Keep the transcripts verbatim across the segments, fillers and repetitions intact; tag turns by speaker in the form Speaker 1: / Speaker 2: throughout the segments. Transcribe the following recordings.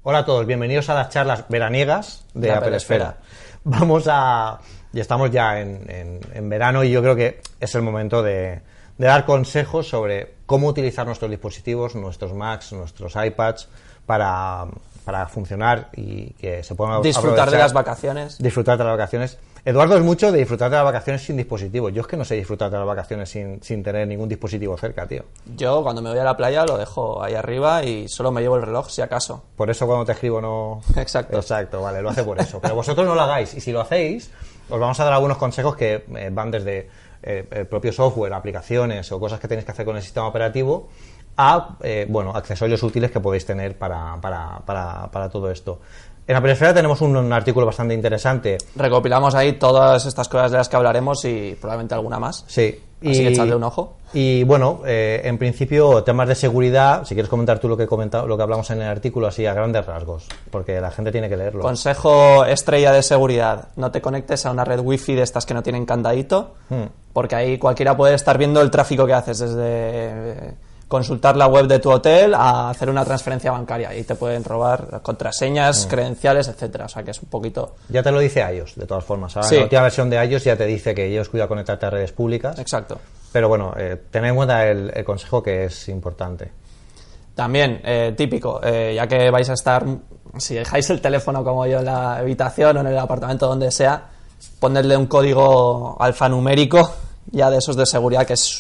Speaker 1: Hola a todos, bienvenidos a las charlas veraniegas de, de Apple Esfera. Vamos a... ya estamos ya en, en, en verano y yo creo que es el momento de, de dar consejos sobre cómo utilizar nuestros dispositivos, nuestros Macs, nuestros iPads para, para funcionar y que se puedan
Speaker 2: disfrutar de las vacaciones.
Speaker 1: Disfrutar de las vacaciones. Eduardo es mucho de disfrutar de las vacaciones sin dispositivos. Yo es que no sé disfrutar de las vacaciones sin, sin tener ningún dispositivo cerca, tío.
Speaker 2: Yo cuando me voy a la playa lo dejo ahí arriba y solo me llevo el reloj si acaso.
Speaker 1: Por eso cuando te escribo no...
Speaker 2: Exacto.
Speaker 1: Exacto, vale, lo hace por eso. Pero vosotros no lo hagáis. Y si lo hacéis, os vamos a dar algunos consejos que eh, van desde eh, el propio software, aplicaciones o cosas que tenéis que hacer con el sistema operativo a, eh, bueno, accesorios útiles que podéis tener para, para, para, para todo esto. En Apple Esfera tenemos un, un artículo bastante interesante.
Speaker 2: Recopilamos ahí todas estas cosas de las que hablaremos y probablemente alguna más.
Speaker 1: Sí.
Speaker 2: Así
Speaker 1: y,
Speaker 2: que echadle un ojo.
Speaker 1: Y bueno, eh, en principio, temas de seguridad, si quieres comentar tú lo que comentado, lo que hablamos en el artículo así a grandes rasgos, porque la gente tiene que leerlo.
Speaker 2: Consejo estrella de seguridad: no te conectes a una red wifi de estas que no tienen candadito, hmm. porque ahí cualquiera puede estar viendo el tráfico que haces desde... consultar la web de tu hotel a hacer una transferencia bancaria y te pueden robar contraseñas, mm. credenciales, etcétera. O sea que es un poquito...
Speaker 1: Ya te lo dice iOS, de todas formas. Ahora
Speaker 2: sí.
Speaker 1: La última versión de iOS ya te dice que iOS cuida conectarte a redes públicas.
Speaker 2: Exacto.
Speaker 1: Pero bueno, eh, tened en cuenta el, el consejo que es importante.
Speaker 2: También, eh, típico, eh, ya que vais a estar... Si dejáis el teléfono como yo en la habitación o en el apartamento donde sea, ponedle un código alfanumérico ya de esos de seguridad que es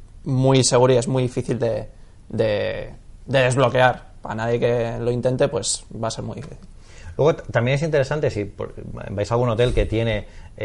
Speaker 2: muy seguro y es muy difícil de, de, de desbloquear. Para nadie que lo intente, pues va a ser muy difícil.
Speaker 1: Luego también es interesante si por, vais a algún hotel que tiene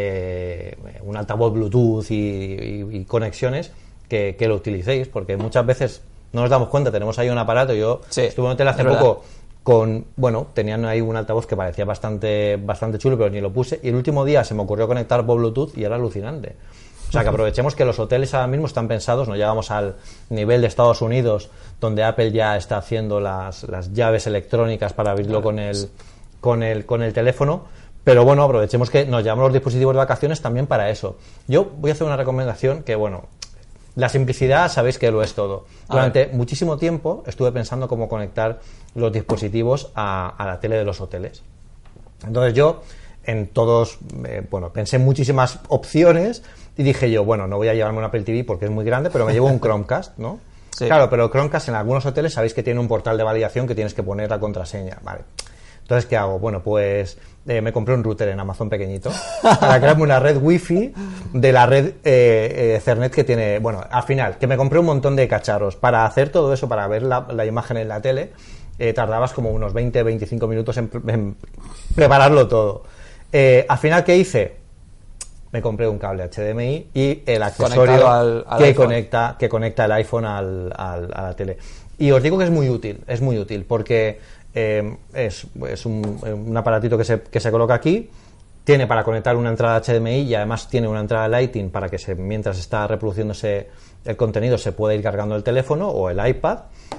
Speaker 1: eh, un altavoz Bluetooth y, y, y conexiones, que, que lo utilicéis, porque muchas veces no nos damos cuenta, tenemos ahí un aparato. Yo
Speaker 2: sí,
Speaker 1: estuve en un hotel hace poco con, bueno, tenían ahí un altavoz que parecía bastante, bastante chulo, pero ni lo puse, y el último día se me ocurrió conectar por Bluetooth y era alucinante. O sea, que aprovechemos que los hoteles ahora mismo están pensados, no llegamos al nivel de Estados Unidos, donde Apple ya está haciendo las, las llaves electrónicas para abrirlo con el, con el, con el teléfono, pero bueno, aprovechemos que nos llevamos los dispositivos de vacaciones también para eso. Yo voy a hacer una recomendación que, bueno, la simplicidad sabéis que lo es todo. Durante muchísimo tiempo estuve pensando cómo conectar los dispositivos a, a la tele de los hoteles. Entonces yo, en todos, eh, bueno, pensé en muchísimas opciones. Y dije yo, bueno, no voy a llevarme un Apple T V porque es muy grande, pero me llevo un Chromecast, ¿no?
Speaker 2: Sí.
Speaker 1: Claro, pero el Chromecast en algunos hoteles sabéis que tiene un portal de validación que tienes que poner la contraseña, ¿vale? Entonces, ¿qué hago? Bueno, pues eh, me compré un router en Amazon pequeñito para crearme una red wifi de la red eh, Ethernet que tiene... Bueno, al final, que me compré un montón de cacharros. Para hacer todo eso, para ver la, la imagen en la tele, eh, tardabas como unos veinte a veinticinco minutos en, en prepararlo todo. Eh, al final, ¿qué hice? Me compré un cable H D M I y el accesorio
Speaker 2: al, al
Speaker 1: que, conecta, que conecta el iPhone al, al, a la tele. Y os digo que es muy útil, es muy útil, porque eh, es, es un, un aparatito que se, que se coloca aquí, tiene para conectar una entrada H D M I y además tiene una entrada Lightning para que se, mientras está reproduciéndose el contenido se pueda ir cargando el teléfono o el iPad.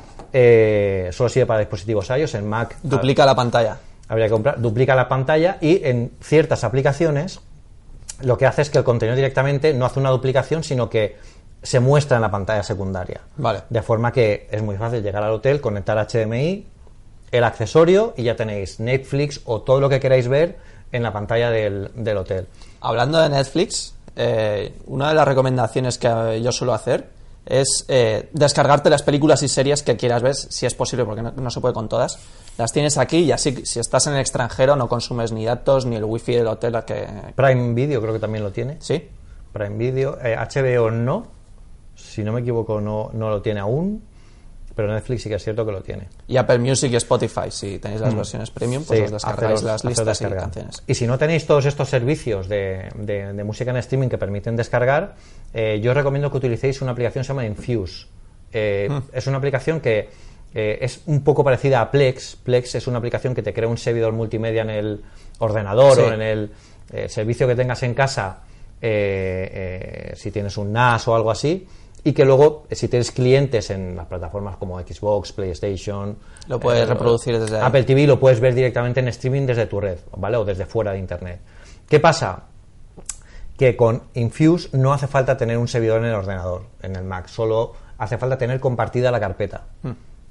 Speaker 1: Eh, solo sirve para dispositivos iOS, en Mac...
Speaker 2: Duplica a, la pantalla.
Speaker 1: Habría que comprar, duplica la pantalla y en ciertas aplicaciones... lo que hace es que el contenido directamente no hace una duplicación, sino que se muestra en la pantalla secundaria.
Speaker 2: Vale.
Speaker 1: De forma que es muy fácil llegar al hotel, conectar H D M I, el accesorio y ya tenéis Netflix o todo lo que queráis ver en la pantalla del, del hotel.
Speaker 2: Hablando de Netflix, eh, una de las recomendaciones que yo suelo hacer es eh, descargarte las películas y series que quieras ver, si es posible, porque no, no se puede con todas. Las tienes aquí y así, si estás en el extranjero, no consumes ni datos ni el wifi del hotel. Que...
Speaker 1: Prime Video creo que también lo tiene.
Speaker 2: Sí.
Speaker 1: Prime Video. Eh, H B O no. Si no me equivoco, no, no lo tiene aún. Pero Netflix sí que es cierto que lo tiene.
Speaker 2: Y Apple Music y Spotify, si tenéis las mm. versiones premium, pues
Speaker 1: sí,
Speaker 2: os descargáis
Speaker 1: haceros,
Speaker 2: las listas y canciones.
Speaker 1: Y si no tenéis todos estos servicios de, de, de música en streaming que permiten descargar, eh, yo os recomiendo que utilicéis una aplicación que se llama Infuse. Eh, mm. Es una aplicación que eh, es un poco parecida a Plex. Plex es una aplicación que te crea un servidor multimedia en el ordenador sí. o en el eh, servicio que tengas en casa, eh, eh, si tienes un N A S o algo así. Y que luego, si tienes clientes en las plataformas como Xbox, PlayStation...
Speaker 2: Lo puedes eh, reproducir desde ahí.
Speaker 1: Apple T V lo puedes ver directamente en streaming desde tu red, ¿vale? O desde fuera de Internet. ¿Qué pasa? Que con Infuse no hace falta tener un servidor en el ordenador, en el Mac. Solo hace falta tener compartida la carpeta. Hmm.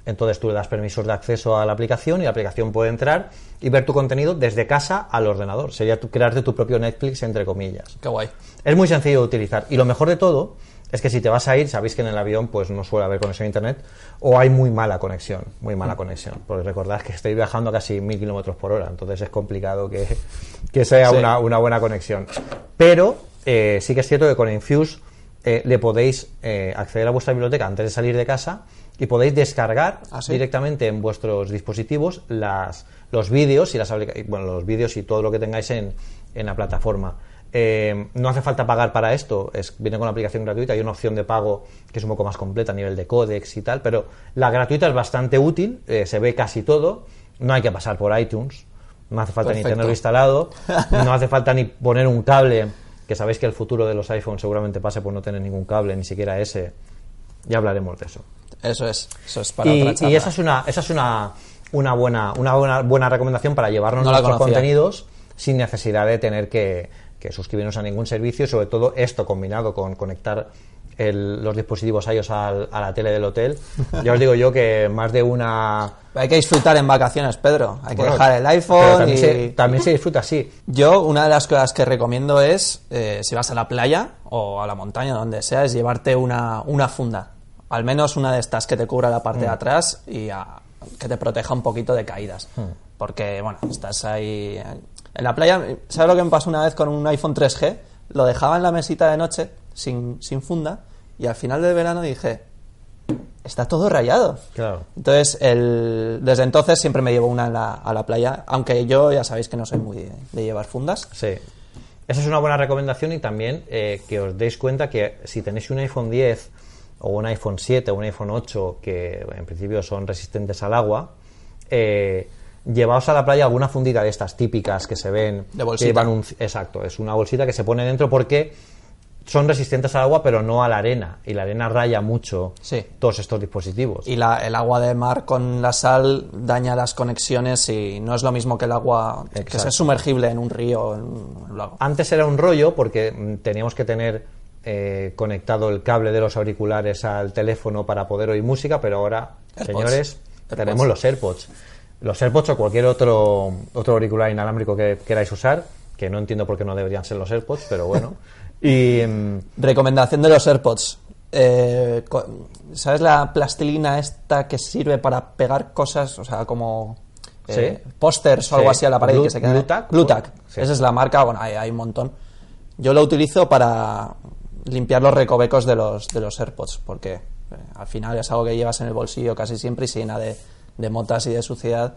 Speaker 1: Entonces tú le das permisos de acceso a la aplicación y la aplicación puede entrar y ver tu contenido desde casa al ordenador. Sería tu, crearte tu propio Netflix, entre comillas.
Speaker 2: Qué guay.
Speaker 1: Es muy sencillo de utilizar. Y lo mejor de todo es que si te vas a ir, sabéis que en el avión pues no suele haber conexión a internet o hay muy mala conexión, muy mala conexión. Porque recordad que estoy viajando a casi mil kilómetros por hora, entonces es complicado que, que sea sí. una, una buena conexión. Pero eh, sí que es cierto que con Infuse eh, le podéis eh, acceder a vuestra biblioteca antes de salir de casa y podéis descargar ¿Ah, sí? directamente en vuestros dispositivos las, los vídeos y las bueno, los vídeos y todo lo que tengáis en, en la plataforma. Eh, no hace falta pagar para esto, es, viene con la aplicación gratuita, hay una opción de pago que es un poco más completa a nivel de códex y tal, pero la gratuita es bastante útil, eh, se ve casi todo, no hay que pasar por iTunes, no hace falta Perfecto. Ni tenerlo instalado, no hace falta ni poner un cable, que sabéis que el futuro de los iPhones seguramente pase por no tener ningún cable, ni siquiera ese, ya hablaremos de eso.
Speaker 2: Eso es, eso es para
Speaker 1: y,
Speaker 2: otra charla.
Speaker 1: Y esa es una, esa es una, una, buena, una buena, buena recomendación para llevarnos no nuestros contenidos sin necesidad de tener que que suscribirnos a ningún servicio, y sobre todo esto combinado con conectar el, los dispositivos iOS al, a la tele del hotel. Ya os digo yo que más de una...
Speaker 2: Hay que disfrutar en vacaciones, Pedro. Hay
Speaker 1: bueno,
Speaker 2: que dejar el iPhone
Speaker 1: también,
Speaker 2: y...
Speaker 1: se, también se disfruta así.
Speaker 2: Yo, una de las cosas que recomiendo es, eh, si vas a la playa o a la montaña, donde sea, es llevarte una, una funda. Al menos una de estas que te cubra la parte mm. de atrás y a, que te proteja un poquito de caídas. Mm. Porque, bueno, estás ahí... En la playa, ¿sabes lo que me pasó una vez con un iPhone tres G? Lo dejaba en la mesita de noche, sin, sin funda, y al final del verano dije, está todo rayado.
Speaker 1: Claro.
Speaker 2: Entonces, el, desde entonces siempre me llevo una a la, a la playa, aunque yo ya sabéis que no soy muy de, de llevar fundas.
Speaker 1: Sí. Esa es una buena recomendación, y también eh, que os deis cuenta que si tenéis un iPhone diez o un iPhone siete o un iPhone ocho, que en principio son resistentes al agua, eh, llevaos a la playa alguna fundita de estas típicas que se ven,
Speaker 2: de bolsita.
Speaker 1: Que llevan un, exacto, es una bolsita que se pone dentro porque son resistentes al agua pero no a la arena, y la arena raya mucho
Speaker 2: sí.
Speaker 1: todos estos dispositivos.
Speaker 2: Y la, el agua de mar con la sal daña las conexiones y no es lo mismo que el agua exacto. que sea sumergible en un río o en un lago.
Speaker 1: Antes era un rollo porque teníamos que tener eh, conectado el cable de los auriculares al teléfono para poder oír música, pero ahora, AirPods. Señores, AirPods. Tenemos los AirPods. Los AirPods o cualquier otro otro auricular inalámbrico que queráis usar, que no entiendo por qué no deberían ser los AirPods, pero bueno. Y um...
Speaker 2: recomendación de los AirPods. Eh, ¿Sabes la plastilina esta que sirve para pegar cosas, o sea, como eh,
Speaker 1: ¿Sí?
Speaker 2: pósters o algo sí. así a la pared?
Speaker 1: Blu-
Speaker 2: que se queda...
Speaker 1: Blu-Tack.
Speaker 2: Blu-Tack.
Speaker 1: Sí.
Speaker 2: Esa es la marca, bueno, hay, hay un montón. Yo lo utilizo para limpiar los recovecos de los de los AirPods, porque eh, al final es algo que llevas en el bolsillo casi siempre y se llena de de motas y de suciedad.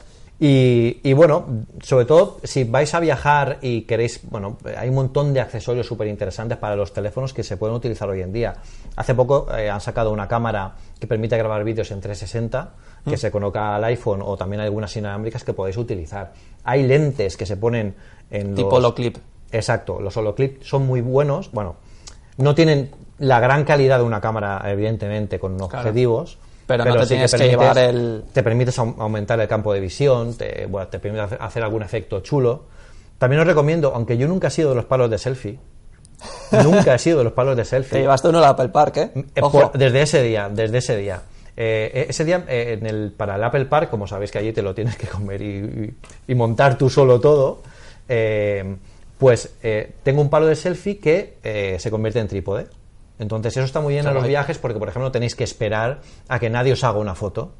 Speaker 1: Y, y bueno, sobre todo si vais a viajar y queréis, bueno, hay un montón de accesorios súper interesantes para los teléfonos que se pueden utilizar hoy en día. Hace poco eh, han sacado una cámara que permite grabar vídeos en trescientos sesenta, que mm. se coloca al iPhone, o también hay algunas inalámbricas que podéis utilizar. Hay lentes que se ponen en
Speaker 2: tipo
Speaker 1: los...
Speaker 2: holoclip.
Speaker 1: Exacto, los holoclip son muy buenos. Bueno, no tienen la gran calidad de una cámara, evidentemente, con unos
Speaker 2: claro.
Speaker 1: objetivos.
Speaker 2: Pero,
Speaker 1: pero
Speaker 2: no te
Speaker 1: sí
Speaker 2: tienes
Speaker 1: que,
Speaker 2: que llevar el...
Speaker 1: Te permites aumentar el campo de visión, te, bueno, te permite hacer algún efecto chulo. También os recomiendo, aunque yo nunca he sido de los palos de selfie, nunca he sido de los palos de selfie.
Speaker 2: Te llevaste uno al Apple Park, ¿eh?
Speaker 1: Ojo. Por, desde ese día, desde ese día. Eh, ese día, eh, en el, para el Apple Park, como sabéis que allí te lo tienes que comer y, y, y montar tú solo todo, eh, pues eh, tengo un palo de selfie que eh, se convierte en trípode. Entonces eso está muy bien en los viajes porque, por ejemplo, tenéis que esperar a que nadie os haga una foto.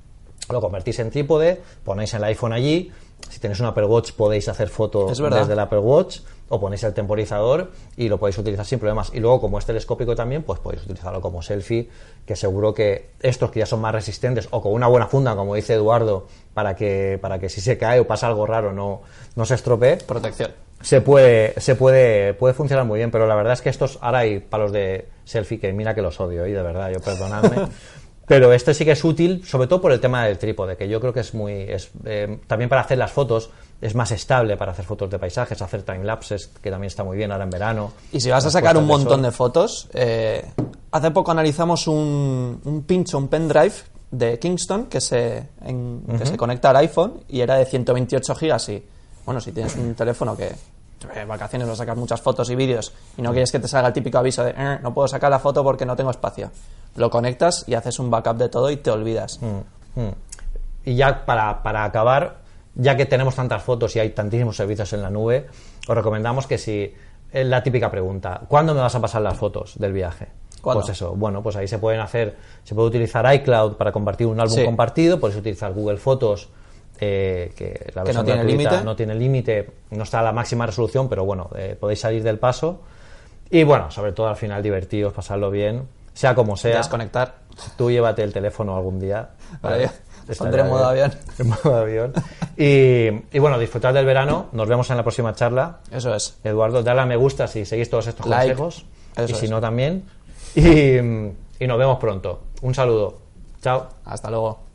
Speaker 1: Lo convertís en trípode, ponéis el iPhone allí. Si tenéis un Apple Watch podéis hacer fotos desde el Apple Watch, o ponéis el temporizador y lo podéis utilizar sin problemas. Y luego, como es telescópico también, pues podéis utilizarlo como selfie, que seguro que estos que ya son más resistentes, o con una buena funda, como dice Eduardo, para que para que si se cae o pasa algo raro no, no se estropee.
Speaker 2: Protección.
Speaker 1: Se puede, se puede, puede funcionar muy bien, pero la verdad es que estos, ahora hay palos de selfie que mira que los odio, y de verdad, yo perdonadme. Pero este sí que es útil, sobre todo por el tema del trípode, que yo creo que es muy... Es, eh, también para hacer las fotos es más estable, para hacer fotos de paisajes, hacer timelapses, que también está muy bien ahora en verano.
Speaker 2: Y si vas a sacar un montón de fotos, eh, hace poco analizamos un, un pincho, un pendrive de Kingston que se, en, uh-huh. que se conecta al iPhone, y era de ciento veintiocho gigas, y bueno, si tienes un teléfono que en vacaciones vas a sacar muchas fotos y vídeos y no quieres que te salga el típico aviso de eh, no puedo sacar la foto porque no tengo espacio, lo conectas y haces un backup de todo y te olvidas. Mm.
Speaker 1: Mm. Y ya para, para acabar, ya que tenemos tantas fotos y hay tantísimos servicios en la nube, os recomendamos que si... Es la típica pregunta, ¿cuándo me vas a pasar las fotos del viaje?
Speaker 2: ¿Cuándo?
Speaker 1: Pues eso, bueno, pues ahí se pueden hacer, se puede utilizar iCloud para compartir un álbum
Speaker 2: Sí.
Speaker 1: compartido, podéis utilizar Google Fotos, eh, que la
Speaker 2: Que no
Speaker 1: versión
Speaker 2: tiene
Speaker 1: gratuita
Speaker 2: límite.
Speaker 1: no tiene límite, no está a la máxima resolución, pero bueno, eh, podéis salir del paso. Y bueno, sobre todo al final divertiros, pasarlo bien, sea como sea.
Speaker 2: Desconectar.
Speaker 1: Tú llévate el teléfono algún día.
Speaker 2: Vale,
Speaker 1: Estaría
Speaker 2: pondré en modo
Speaker 1: bien.
Speaker 2: avión.
Speaker 1: En modo avión. Y, y bueno, disfrutad del verano. Nos vemos en la próxima charla.
Speaker 2: Eso es.
Speaker 1: Eduardo, dale a me gusta si seguís todos estos
Speaker 2: Like.
Speaker 1: consejos.
Speaker 2: Eso
Speaker 1: y si
Speaker 2: es.
Speaker 1: no, también. Y, y nos vemos pronto. Un saludo. Chao.
Speaker 2: Hasta luego.